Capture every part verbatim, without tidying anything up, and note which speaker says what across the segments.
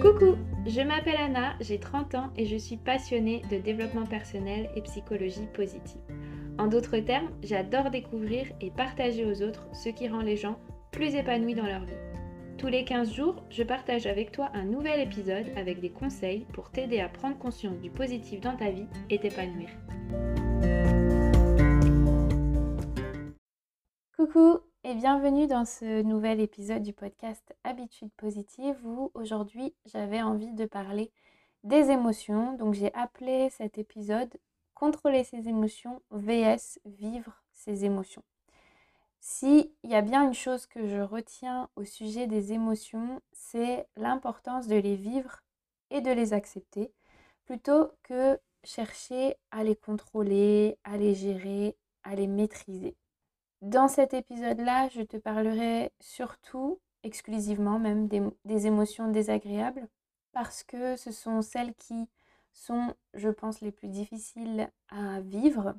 Speaker 1: Coucou, je m'appelle Anna, j'ai trente ans et je suis passionnée de développement personnel et psychologie positive. En d'autres termes, j'adore découvrir et partager aux autres ce qui rend les gens plus épanouis dans leur vie. Tous les quinze jours, je partage avec toi un nouvel épisode avec des conseils pour t'aider à prendre conscience du positif dans ta vie et t'épanouir. Coucou et bienvenue dans ce nouvel épisode du podcast Habitudes positives où aujourd'hui j'avais envie de parler des émotions. Donc j'ai appelé cet épisode Contrôler ses émotions vs vivre ses émotions. S'il y a bien une chose que je retiens au sujet des émotions, c'est l'importance de les vivre et de les accepter plutôt que chercher à les contrôler, à les gérer, à les maîtriser. Dans cet épisode-là, je te parlerai surtout, exclusivement même, des, des émotions désagréables parce que ce sont celles qui sont, je pense, les plus difficiles à vivre.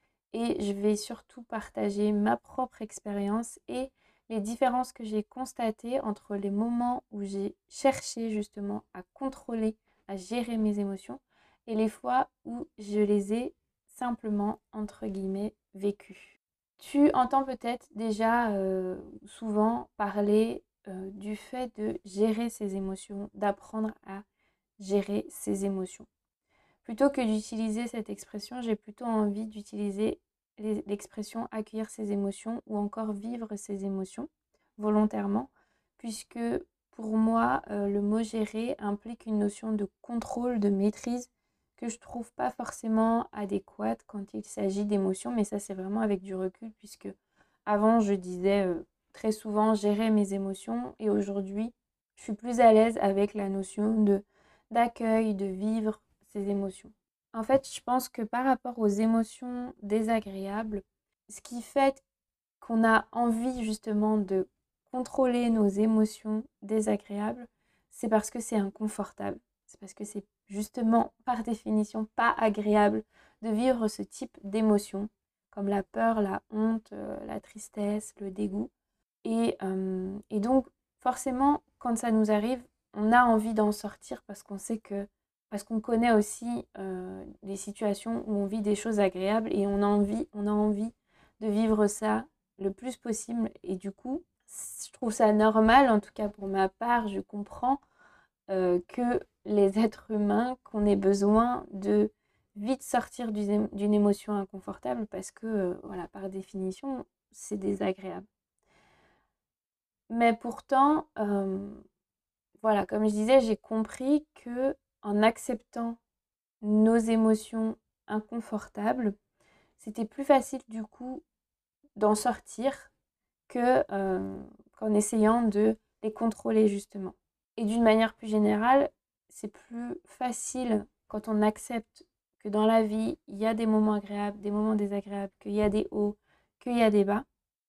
Speaker 1: Et je vais surtout partager ma propre expérience et les différences que j'ai constatées entre les moments où j'ai cherché justement à contrôler, à gérer mes émotions et les fois où je les ai simplement, entre guillemets, vécues. Tu entends peut-être déjà euh, souvent parler euh, du fait de gérer ses émotions, d'apprendre à gérer ses émotions. Plutôt que d'utiliser cette expression, j'ai plutôt envie d'utiliser l'expression accueillir ses émotions ou encore vivre ses émotions volontairement, puisque pour moi, euh, le mot gérer implique une notion de contrôle, de maîtrise que je trouve pas forcément adéquate quand il s'agit d'émotions, mais ça c'est vraiment avec du recul, puisque avant je disais euh, très souvent gérer mes émotions et aujourd'hui je suis plus à l'aise avec la notion de d'accueil, de vivre ses émotions. En fait, je pense que par rapport aux émotions désagréables, ce qui fait qu'on a envie justement de contrôler nos émotions désagréables, c'est parce que c'est inconfortable. C'est parce que c'est justement par définition pas agréable de vivre ce type d'émotions, comme la peur, la honte, euh, la tristesse, le dégoût. Et, euh, et donc, forcément, quand ça nous arrive, on a envie d'en sortir parce qu'on sait que, parce qu'on connaît aussi euh, les situations où on vit des choses agréables et on a envie, on a envie de vivre ça le plus possible. Et du coup, je trouve ça normal, en tout cas pour ma part, je comprends euh, que les êtres humains, qu'on ait besoin de vite sortir d'une émotion inconfortable parce que, euh, voilà, par définition, c'est désagréable. Mais pourtant, euh, voilà, comme je disais, j'ai compris que en acceptant nos émotions inconfortables, c'était plus facile du coup d'en sortir que euh, qu'en essayant de les contrôler justement. Et d'une manière plus générale, c'est plus facile quand on accepte que dans la vie, il y a des moments agréables, des moments désagréables, qu'il y a des hauts, qu'il y a des bas,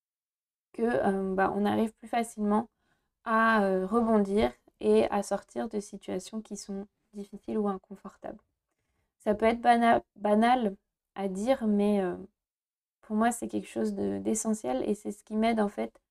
Speaker 1: que euh, bah, on arrive plus facilement à euh, rebondir et à sortir de situations qui sont difficiles ou inconfortables. Ça peut être banal, banal à dire, mais euh, pour moi, c'est quelque chose de, d'essentiel et c'est ce qui m'aide en fait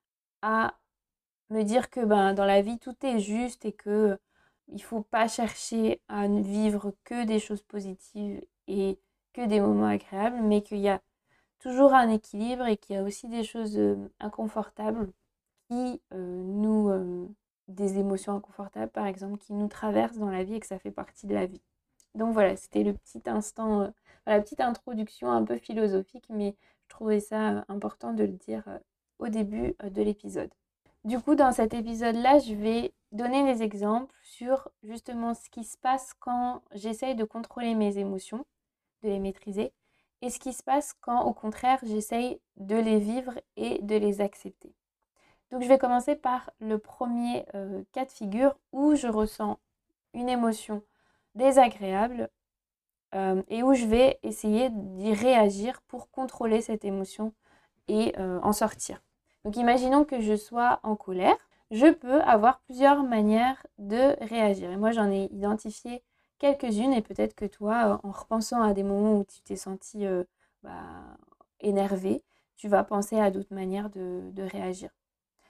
Speaker 1: à me dire que ben, dans la vie, tout est juste et que il ne faut pas chercher à ne vivre que des choses positives et que des moments agréables, mais qu'il y a toujours un équilibre et qu'il y a aussi des choses euh, inconfortables qui euh, nous... euh, des émotions inconfortables, par exemple, qui nous traversent dans la vie et que ça fait partie de la vie. Donc voilà, c'était le petit instant, euh, la petite introduction un peu philosophique, mais je trouvais ça euh, important de le dire euh, au début euh, de l'épisode. Du coup, dans cet épisode-là, je vais donner des exemples sur justement ce qui se passe quand j'essaye de contrôler mes émotions, de les maîtriser, et ce qui se passe quand, au contraire, j'essaye de les vivre et de les accepter. Donc je vais commencer par le premier euh, cas de figure où je ressens une émotion désagréable euh, et où je vais essayer d'y réagir pour contrôler cette émotion et euh, en sortir. Donc imaginons que je sois en colère, je peux avoir plusieurs manières de réagir. Et moi j'en ai identifié quelques-unes et peut-être que toi, en repensant à des moments où tu t'es senti euh, bah, énervé, tu vas penser à d'autres manières de, de réagir.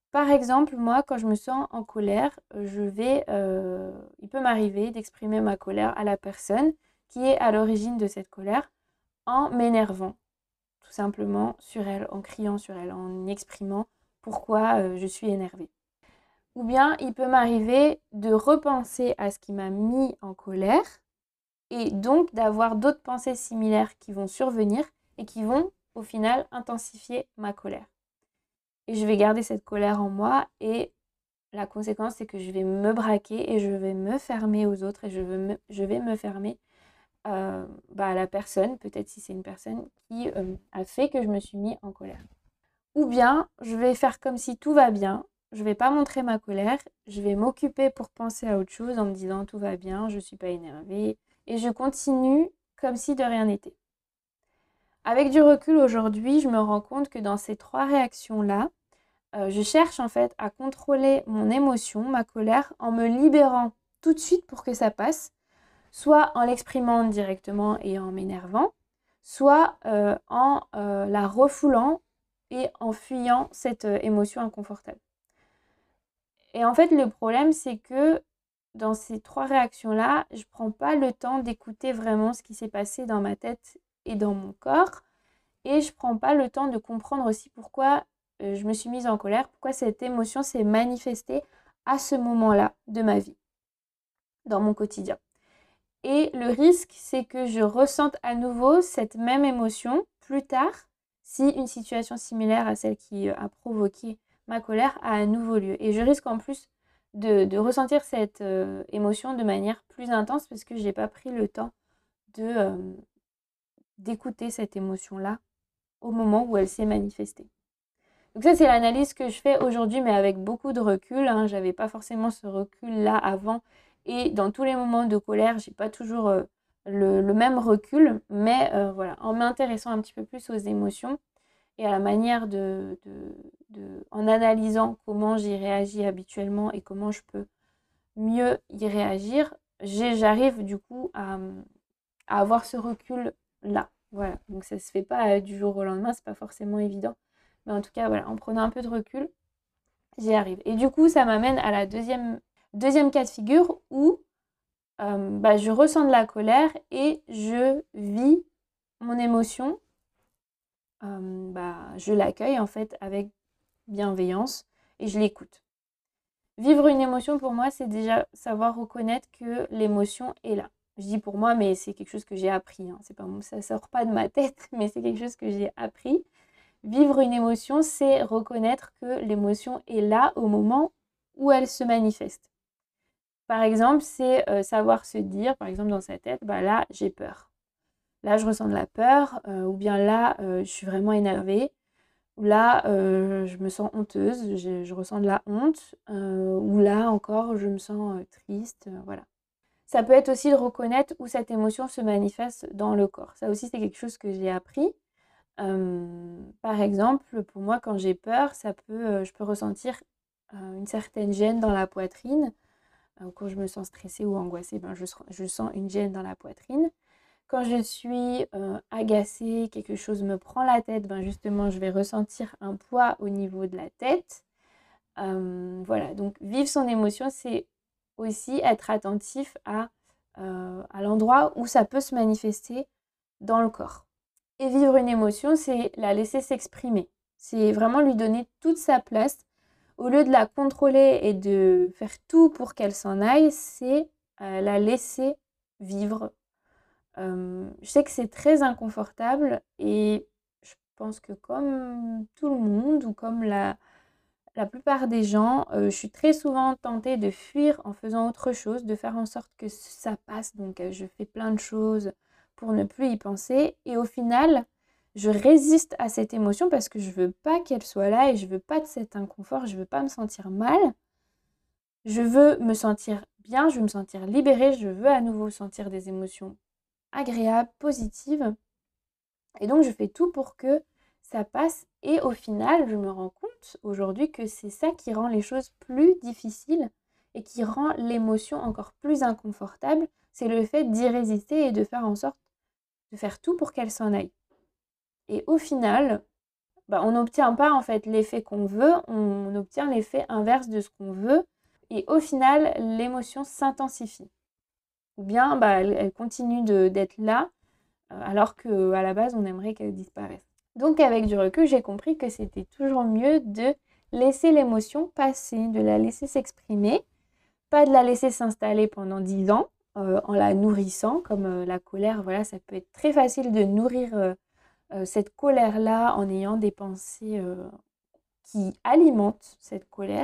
Speaker 1: Par exemple, moi, quand je me sens en colère, je vais, euh, il peut m'arriver d'exprimer ma colère à la personne qui est à l'origine de cette colère en m'énervant, tout simplement sur elle, en criant sur elle, en exprimant pourquoi euh, je suis énervée. Ou bien il peut m'arriver de repenser à ce qui m'a mis en colère et donc d'avoir d'autres pensées similaires qui vont survenir et qui vont au final intensifier ma colère. Et je vais garder cette colère en moi et la conséquence c'est que je vais me braquer et je vais me fermer aux autres et je vais me, je vais me fermer euh, bah, à la personne, peut-être si c'est une personne qui euh, a fait que je me suis mis en colère. Ou bien je vais faire comme si tout va bien, je vais pas montrer ma colère, je vais m'occuper pour penser à autre chose en me disant tout va bien, je suis pas énervée et je continue comme si de rien n'était. Avec du recul aujourd'hui, je me rends compte que dans ces trois réactions-là, euh, je cherche en fait à contrôler mon émotion, ma colère, en me libérant tout de suite pour que ça passe, soit en l'exprimant directement et en m'énervant, soit euh, en euh, la refoulant et en fuyant cette euh, émotion inconfortable. Et en fait, le problème, c'est que dans ces trois réactions-là, je ne prends pas le temps d'écouter vraiment ce qui s'est passé dans ma tête et dans mon corps. Et je ne prends pas le temps de comprendre aussi pourquoi euh, je me suis mise en colère, pourquoi cette émotion s'est manifestée à ce moment-là de ma vie, dans mon quotidien. Et le risque, c'est que je ressente à nouveau cette même émotion plus tard si une situation similaire à celle qui a provoqué ma colère a à nouveau lieu. Et je risque en plus de, de ressentir cette euh, émotion de manière plus intense parce que je n'ai pas pris le temps de, euh, d'écouter cette émotion-là au moment où elle s'est manifestée. Donc ça, c'est l'analyse que je fais aujourd'hui, mais avec beaucoup de recul. Hein. Je n'avais pas forcément ce recul-là avant. Et dans tous les moments de colère, je n'ai pas toujours euh, le, le même recul. Mais euh, voilà, en m'intéressant un petit peu plus aux émotions et à la manière de, de, de... en analysant comment j'y réagis habituellement et comment je peux mieux y réagir, j'arrive du coup à, à avoir ce recul-là. Voilà, donc ça ne se fait pas euh, du jour au lendemain, c'est pas forcément évident. Mais en tout cas, voilà, en prenant un peu de recul, j'y arrive. Et du coup, ça m'amène à la deuxième, deuxième cas de figure où euh, bah, je ressens de la colère et je vis mon émotion. Euh, bah, je l'accueille en fait avec bienveillance et je l'écoute. Vivre une émotion pour moi, c'est déjà savoir reconnaître que l'émotion est là. Je dis pour moi, mais c'est quelque chose que j'ai appris. Hein. C'est pas, ça ne sort pas de ma tête, mais c'est quelque chose que j'ai appris. Vivre une émotion, c'est reconnaître que l'émotion est là au moment où elle se manifeste. Par exemple, c'est euh, savoir se dire, par exemple dans sa tête, bah là, j'ai peur. Là, je ressens de la peur, euh, ou bien là, euh, je suis vraiment énervée. Ou là, euh, je me sens honteuse, je, je ressens de la honte. Euh, ou là encore, je me sens euh, triste, euh, voilà. Ça peut être aussi de reconnaître où cette émotion se manifeste dans le corps. Ça aussi, c'est quelque chose que j'ai appris. Euh, par exemple, pour moi, quand j'ai peur, ça peut, euh, je peux ressentir euh, une certaine gêne dans la poitrine. Euh, quand je me sens stressée ou angoissée, ben, je, je sens une gêne dans la poitrine. Quand je suis euh, agacée, quelque chose me prend la tête, ben, justement, je vais ressentir un poids au niveau de la tête. Euh, voilà, donc vivre son émotion, c'est aussi être attentif à, euh, à l'endroit où ça peut se manifester dans le corps. Et vivre une émotion, c'est la laisser s'exprimer. C'est vraiment lui donner toute sa place. Au lieu de la contrôler et de faire tout pour qu'elle s'en aille, c'est euh, la laisser vivre. Euh, je sais que c'est très inconfortable et je pense que comme tout le monde ou comme la, la plupart des gens, euh, je suis très souvent tentée de fuir en faisant autre chose, de faire en sorte que ça passe. Donc euh, je fais plein de choses pour ne plus y penser. Et au final, je résiste à cette émotion parce que je veux pas qu'elle soit là et je veux pas de cet inconfort, je veux pas me sentir mal. Je veux me sentir bien, je veux me sentir libérée, je veux à nouveau sentir des émotions agréables, positives. Et donc je fais tout pour que ça passe. Et au final, je me rends compte aujourd'hui que c'est ça qui rend les choses plus difficiles et qui rend l'émotion encore plus inconfortable. C'est le fait d'y résister et de faire en sorte de faire tout pour qu'elle s'en aille. Et au final, bah, on n'obtient pas en fait l'effet qu'on veut, on obtient l'effet inverse de ce qu'on veut. Et au final, l'émotion s'intensifie. Ou bien bah, elle, elle continue d'être là, euh, alors qu'à la base, on aimerait qu'elle disparaisse. Donc avec du recul, j'ai compris que c'était toujours mieux de laisser l'émotion passer, de la laisser s'exprimer, pas de la laisser s'installer pendant dix ans euh, en la nourrissant, comme euh, la colère. Voilà, ça peut être très facile de nourrir euh, euh, cette colère-là en ayant des pensées euh, qui alimentent cette colère.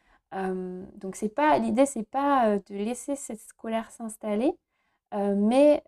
Speaker 1: Euh, donc c'est pas l'idée, c'est pas euh, de laisser cette colère s'installer, euh, mais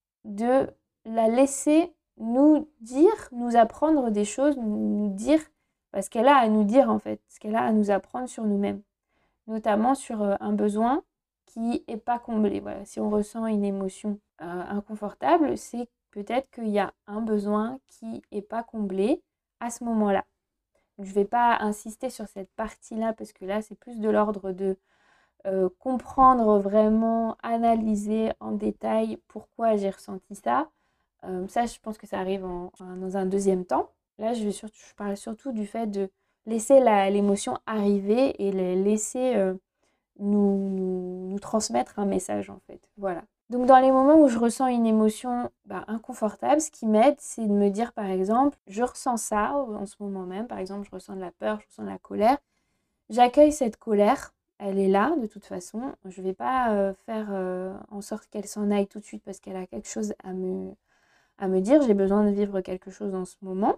Speaker 1: de la laisser nous dire, nous apprendre des choses, nous dire bah, ce qu'elle a à nous dire en fait, ce qu'elle a à nous apprendre sur nous-mêmes, notamment sur euh, un besoin qui n'est pas comblé. Voilà, si on ressent une émotion euh, inconfortable, c'est peut-être qu'il y a un besoin qui n'est pas comblé à ce moment-là. Je ne vais pas insister sur cette partie-là parce que là, c'est plus de l'ordre de euh, comprendre vraiment, analyser en détail pourquoi j'ai ressenti ça. Euh, ça, je pense que ça arrive en, en, dans un deuxième temps. Là, je, vais surtout, je parle surtout du fait de laisser l'émotion arriver et les laisser euh, nous, nous, nous transmettre un message, en fait. Voilà. Donc, dans les moments où je ressens une émotion bah, inconfortable, ce qui m'aide, c'est de me dire, par exemple, je ressens ça en ce moment même. Par exemple, je ressens de la peur, je ressens de la colère. J'accueille cette colère. Elle est là, de toute façon. Je ne vais pas euh, faire euh, en sorte qu'elle s'en aille tout de suite parce qu'elle a quelque chose à me, à me dire. J'ai besoin de vivre quelque chose en ce moment.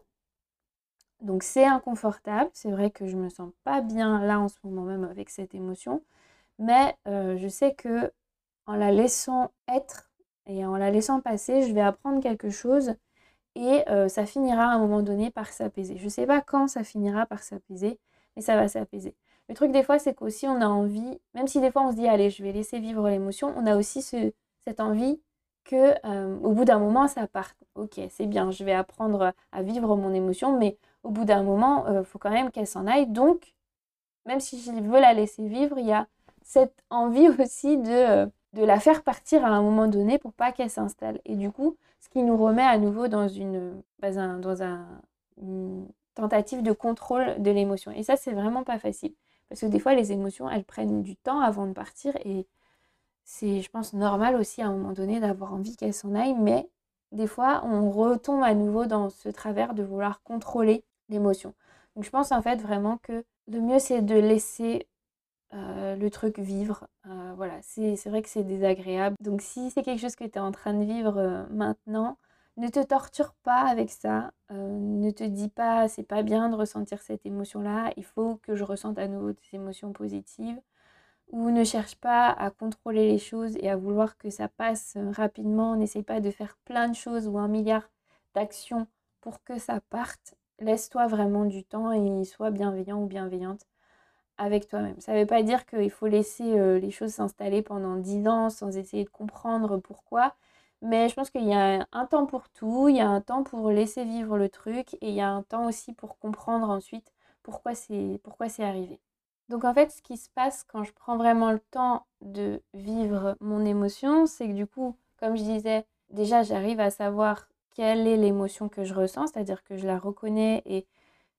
Speaker 1: Donc, c'est inconfortable. C'est vrai que je ne me sens pas bien là en ce moment même avec cette émotion. Mais euh, je sais que en la laissant être et en la laissant passer, je vais apprendre quelque chose et euh, ça finira à un moment donné par s'apaiser. Je ne sais pas quand ça finira par s'apaiser, mais ça va s'apaiser. Le truc des fois, c'est qu'aussi on a envie, même si des fois on se dit allez, je vais laisser vivre l'émotion, on a aussi ce, cette envie que euh, au bout d'un moment ça parte. Ok, c'est bien, je vais apprendre à vivre mon émotion, mais au bout d'un moment, il euh, faut quand même qu'elle s'en aille. Donc, même si je veux la laisser vivre, il y a cette envie aussi de, euh, de la faire partir à un moment donné pour pas qu'elle s'installe. Et du coup, ce qui nous remet à nouveau dans une, dans un, dans un, une tentative de contrôle de l'émotion. Et ça, c'est vraiment pas facile. Parce que des fois, les émotions, elles prennent du temps avant de partir. Et c'est, je pense, normal aussi à un moment donné d'avoir envie qu'elles s'en aillent. Mais des fois, on retombe à nouveau dans ce travers de vouloir contrôler l'émotion. Donc, je pense en fait vraiment que le mieux, c'est de laisser euh, le truc vivre. Euh, voilà, c'est vrai que c'est désagréable. Donc si c'est quelque chose que tu es en train de vivre euh, maintenant, ne te torture pas avec ça. Euh, ne te dis pas, c'est pas bien de ressentir cette émotion-là, il faut que je ressente à nouveau des émotions positives. Ou ne cherche pas à contrôler les choses et à vouloir que ça passe rapidement. N'essaye pas de faire plein de choses ou un milliard d'actions pour que ça parte. Laisse-toi vraiment du temps et sois bienveillant ou bienveillante avec toi-même. Ça ne veut pas dire qu'il faut laisser euh, les choses s'installer pendant dix ans sans essayer de comprendre pourquoi. Mais je pense qu'il y a un temps pour tout, il y a un temps pour laisser vivre le truc et il y a un temps aussi pour comprendre ensuite pourquoi c'est pourquoi c'est arrivé. Donc en fait, ce qui se passe quand je prends vraiment le temps de vivre mon émotion, c'est que du coup, comme je disais, déjà j'arrive à savoir quelle est l'émotion que je ressens, c'est-à-dire que je la reconnais et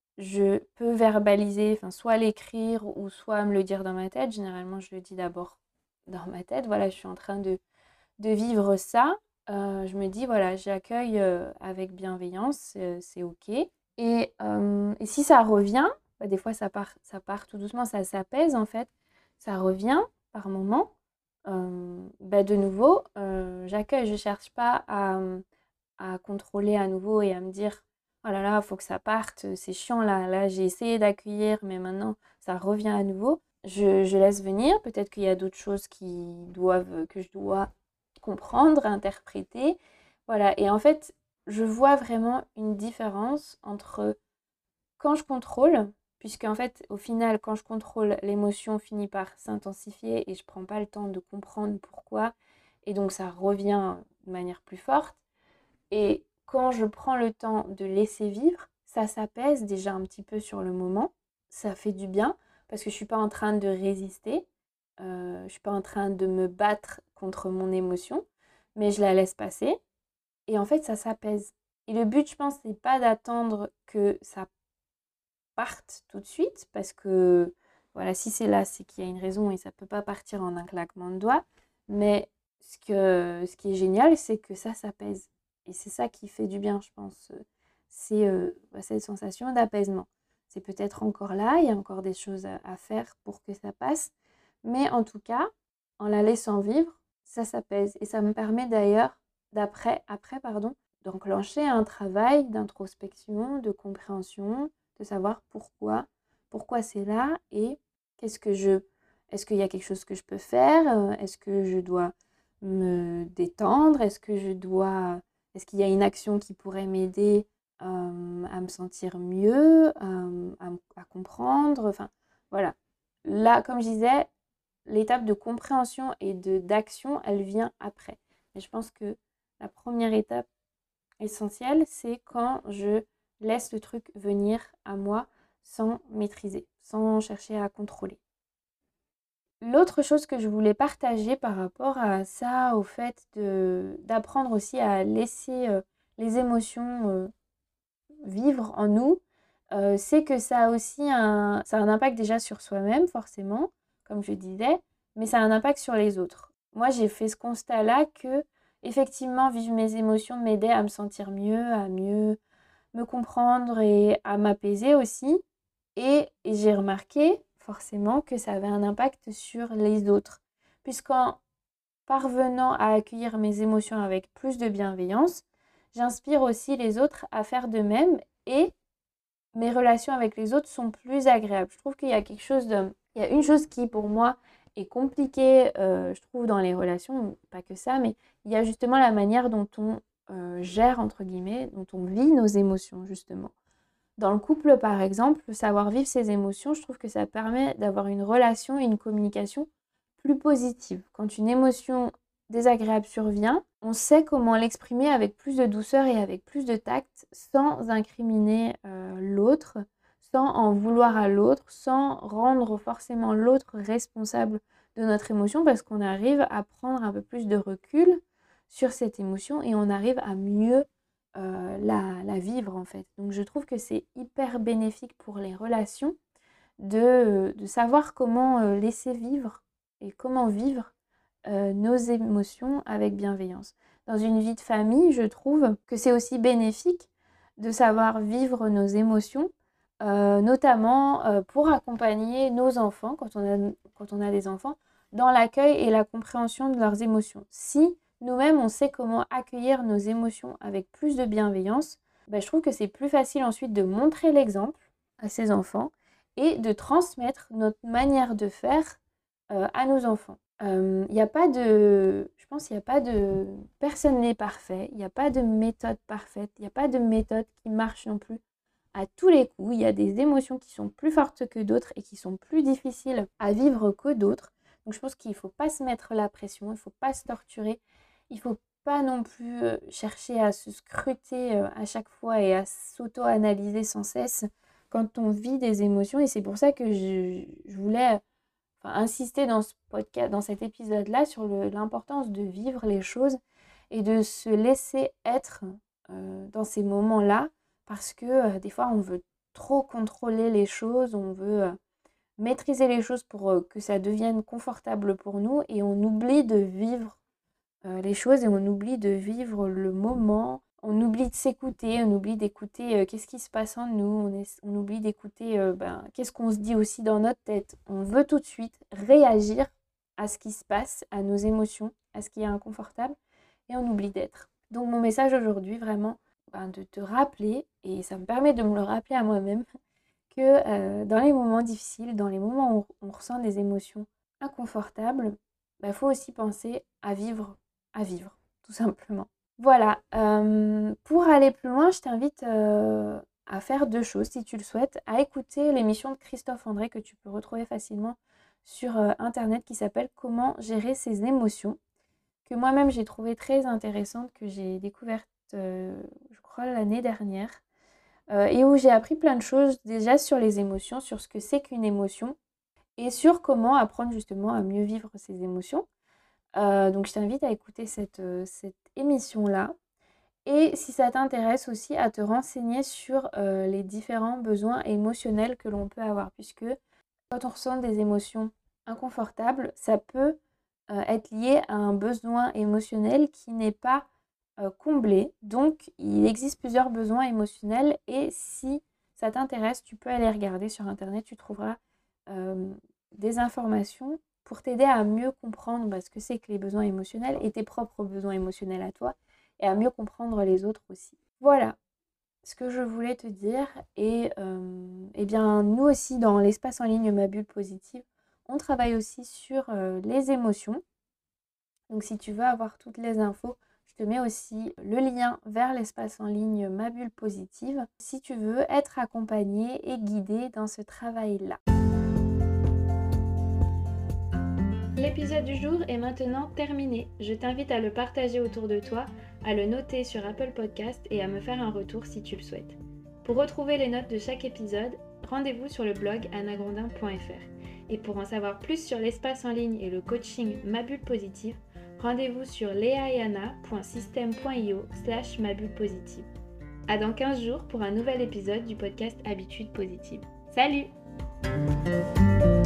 Speaker 1: je peux verbaliser, enfin soit l'écrire ou soit me le dire dans ma tête. Généralement, je le dis d'abord dans ma tête. Voilà, je suis en train de, de vivre ça. Euh, je me dis, voilà, j'accueille euh, avec bienveillance, euh, c'est OK. Et, euh, et si ça revient, bah, des fois ça part, ça part tout doucement, ça s'apaise en fait. Ça revient par moment. Euh, bah, de nouveau, euh, j'accueille, je ne cherche pas à, à contrôler à nouveau et à me dire oh là là, il faut que ça parte, c'est chiant là, là j'ai essayé d'accueillir, mais maintenant ça revient à nouveau. Je, je laisse venir, peut-être qu'il y a d'autres choses qui doivent, que je dois comprendre, interpréter. Voilà, et en fait, je vois vraiment une différence entre quand je contrôle, puisque en fait, au final, quand je contrôle, l'émotion finit par s'intensifier et je prends pas le temps de comprendre pourquoi, et donc ça revient de manière plus forte. Et quand je prends le temps de laisser vivre, ça s'apaise déjà un petit peu sur le moment. Ça fait du bien parce que je ne suis pas en train de résister. Euh, je ne suis pas en train de me battre contre mon émotion, mais je la laisse passer. Et en fait, ça s'apaise. Et le but, je pense, c'est pas d'attendre que ça partent tout de suite parce que voilà, si c'est là, c'est qu'il y a une raison et ça ne peut pas partir en un claquement de doigts. Mais ce, que, ce qui est génial, c'est que ça s'apaise. Et c'est ça qui fait du bien, je pense. C'est euh, cette sensation d'apaisement. C'est peut-être encore là, il y a encore des choses à, à faire pour que ça passe. Mais en tout cas, en la laissant vivre, ça s'apaise. Et ça me permet d'ailleurs, d'après, après, pardon, d'enclencher un travail d'introspection, de compréhension, de savoir pourquoi, pourquoi c'est là et qu'est-ce que je, est-ce qu'il y a quelque chose que je peux faire, est-ce que je dois me détendre, est-ce que je dois, est-ce qu'il y a une action qui pourrait m'aider euh, à me sentir mieux, euh, à, à comprendre, enfin voilà. Là, comme je disais, l'étape de compréhension et de d'action, elle vient après. Mais je pense que la première étape essentielle, c'est quand je laisse le truc venir à moi sans maîtriser, sans chercher à contrôler. L'autre chose que je voulais partager par rapport à ça, au fait de d'apprendre aussi à laisser euh, les émotions euh, vivre en nous, euh, c'est que ça a aussi un, ça a un impact déjà sur soi-même, forcément, comme je disais, mais ça a un impact sur les autres. Moi, j'ai fait ce constat-là que, effectivement, vivre mes émotions m'aidait à me sentir mieux, à mieux me comprendre et à m'apaiser aussi. Et, et j'ai remarqué, forcément, que ça avait un impact sur les autres. Puisqu'en parvenant à accueillir mes émotions avec plus de bienveillance, j'inspire aussi les autres à faire de même et mes relations avec les autres sont plus agréables. Je trouve qu'il y a quelque chose de... Il y a une chose qui, pour moi, est compliquée, euh, je trouve, dans les relations, pas que ça, mais il y a justement la manière dont on euh, gère, entre guillemets, dont on vit nos émotions, justement. Dans le couple, par exemple, savoir vivre ses émotions, je trouve que ça permet d'avoir une relation et une communication plus positive. Quand une émotion désagréable survient, on sait comment l'exprimer avec plus de douceur et avec plus de tact sans incriminer euh, l'autre, sans en vouloir à l'autre, sans rendre forcément l'autre responsable de notre émotion parce qu'on arrive à prendre un peu plus de recul sur cette émotion et on arrive à mieux euh, la, la vivre en fait. Donc je trouve que c'est hyper bénéfique pour les relations de, de savoir comment euh, laisser vivre et comment vivre euh, nos émotions avec bienveillance. Dans une vie de famille, je trouve que c'est aussi bénéfique de savoir vivre nos émotions, euh, notamment euh, pour accompagner nos enfants, quand on a, quand on a des enfants, dans l'accueil et la compréhension de leurs émotions. Si nous-mêmes, on sait comment accueillir nos émotions avec plus de bienveillance, ben, je trouve que c'est plus facile ensuite de montrer l'exemple à ses enfants et de transmettre notre manière de faire euh, à nos enfants. Il euh, n'y a pas de... Je pense qu'il n'y a pas de... Personne n'est parfait, il n'y a pas de méthode parfaite, il n'y a pas de méthode qui marche non plus à tous les coups. Il y a des émotions qui sont plus fortes que d'autres et qui sont plus difficiles à vivre que d'autres. Donc je pense qu'il ne faut pas se mettre la pression, il ne faut pas se torturer, il ne faut pas non plus chercher à se scruter à chaque fois et à s'auto-analyser sans cesse quand on vit des émotions. Et c'est pour ça que je, je voulais enfin, insister dans ce podcast, dans cet épisode-là, sur le, l'importance de vivre les choses et de se laisser être euh, dans ces moments-là, parce que euh, des fois, on veut trop contrôler les choses, on veut euh, maîtriser les choses pour euh, que ça devienne confortable pour nous, et on oublie de vivre euh, les choses et on oublie de vivre le moment. On oublie de s'écouter, on oublie d'écouter euh, qu'est-ce qui se passe en nous, on, est, on oublie d'écouter euh, ben, qu'est-ce qu'on se dit aussi dans notre tête. On veut tout de suite réagir à ce qui se passe, à nos émotions, à ce qui est inconfortable, et on oublie d'être. Donc mon message aujourd'hui, vraiment, ben, de te rappeler, et ça me permet de me le rappeler à moi-même, que euh, dans les moments difficiles, dans les moments où on ressent des émotions inconfortables, il ben, faut aussi penser à vivre, à vivre, tout simplement. Voilà, euh, pour aller plus loin, je t'invite euh, à faire deux choses si tu le souhaites, à écouter l'émission de Christophe André que tu peux retrouver facilement sur euh, internet qui s'appelle Comment gérer ses émotions, que moi-même j'ai trouvé très intéressante, que j'ai découverte euh, je crois l'année dernière, euh, et où j'ai appris plein de choses déjà sur les émotions, sur ce que c'est qu'une émotion et sur comment apprendre justement à mieux vivre ses émotions. Euh, donc je t'invite à écouter cette, euh, cette émission-là. Et si ça t'intéresse aussi à te renseigner sur euh, les différents besoins émotionnels que l'on peut avoir, puisque quand on ressent des émotions inconfortables, ça peut euh, être lié à un besoin émotionnel qui n'est pas euh, comblé. Donc, il existe plusieurs besoins émotionnels et si ça t'intéresse, tu peux aller regarder sur Internet, tu trouveras euh, des informations pour t'aider à mieux comprendre bah, ce que c'est que les besoins émotionnels et tes propres besoins émotionnels à toi et à mieux comprendre les autres aussi. Voilà ce que je voulais te dire. Et euh, eh bien, nous aussi, dans l'espace en ligne Ma Bulle Positive, on travaille aussi sur euh, les émotions. Donc, si tu veux avoir toutes les infos, je te mets aussi le lien vers l'espace en ligne Ma Bulle Positive si tu veux être accompagné et guidé dans ce travail-là. L'épisode du jour est maintenant terminé. Je t'invite à le partager autour de toi, à le noter sur Apple Podcast et à me faire un retour si tu le souhaites. Pour retrouver les notes de chaque épisode, rendez-vous sur le blog anagrondin point f r. Et pour en savoir plus sur l'espace en ligne et le coaching Ma Bulle Positive, rendez-vous sur leaeana point system point io slash ma bulle positive. À dans quinze jours pour un nouvel épisode du podcast Habitudes Positives. Salut!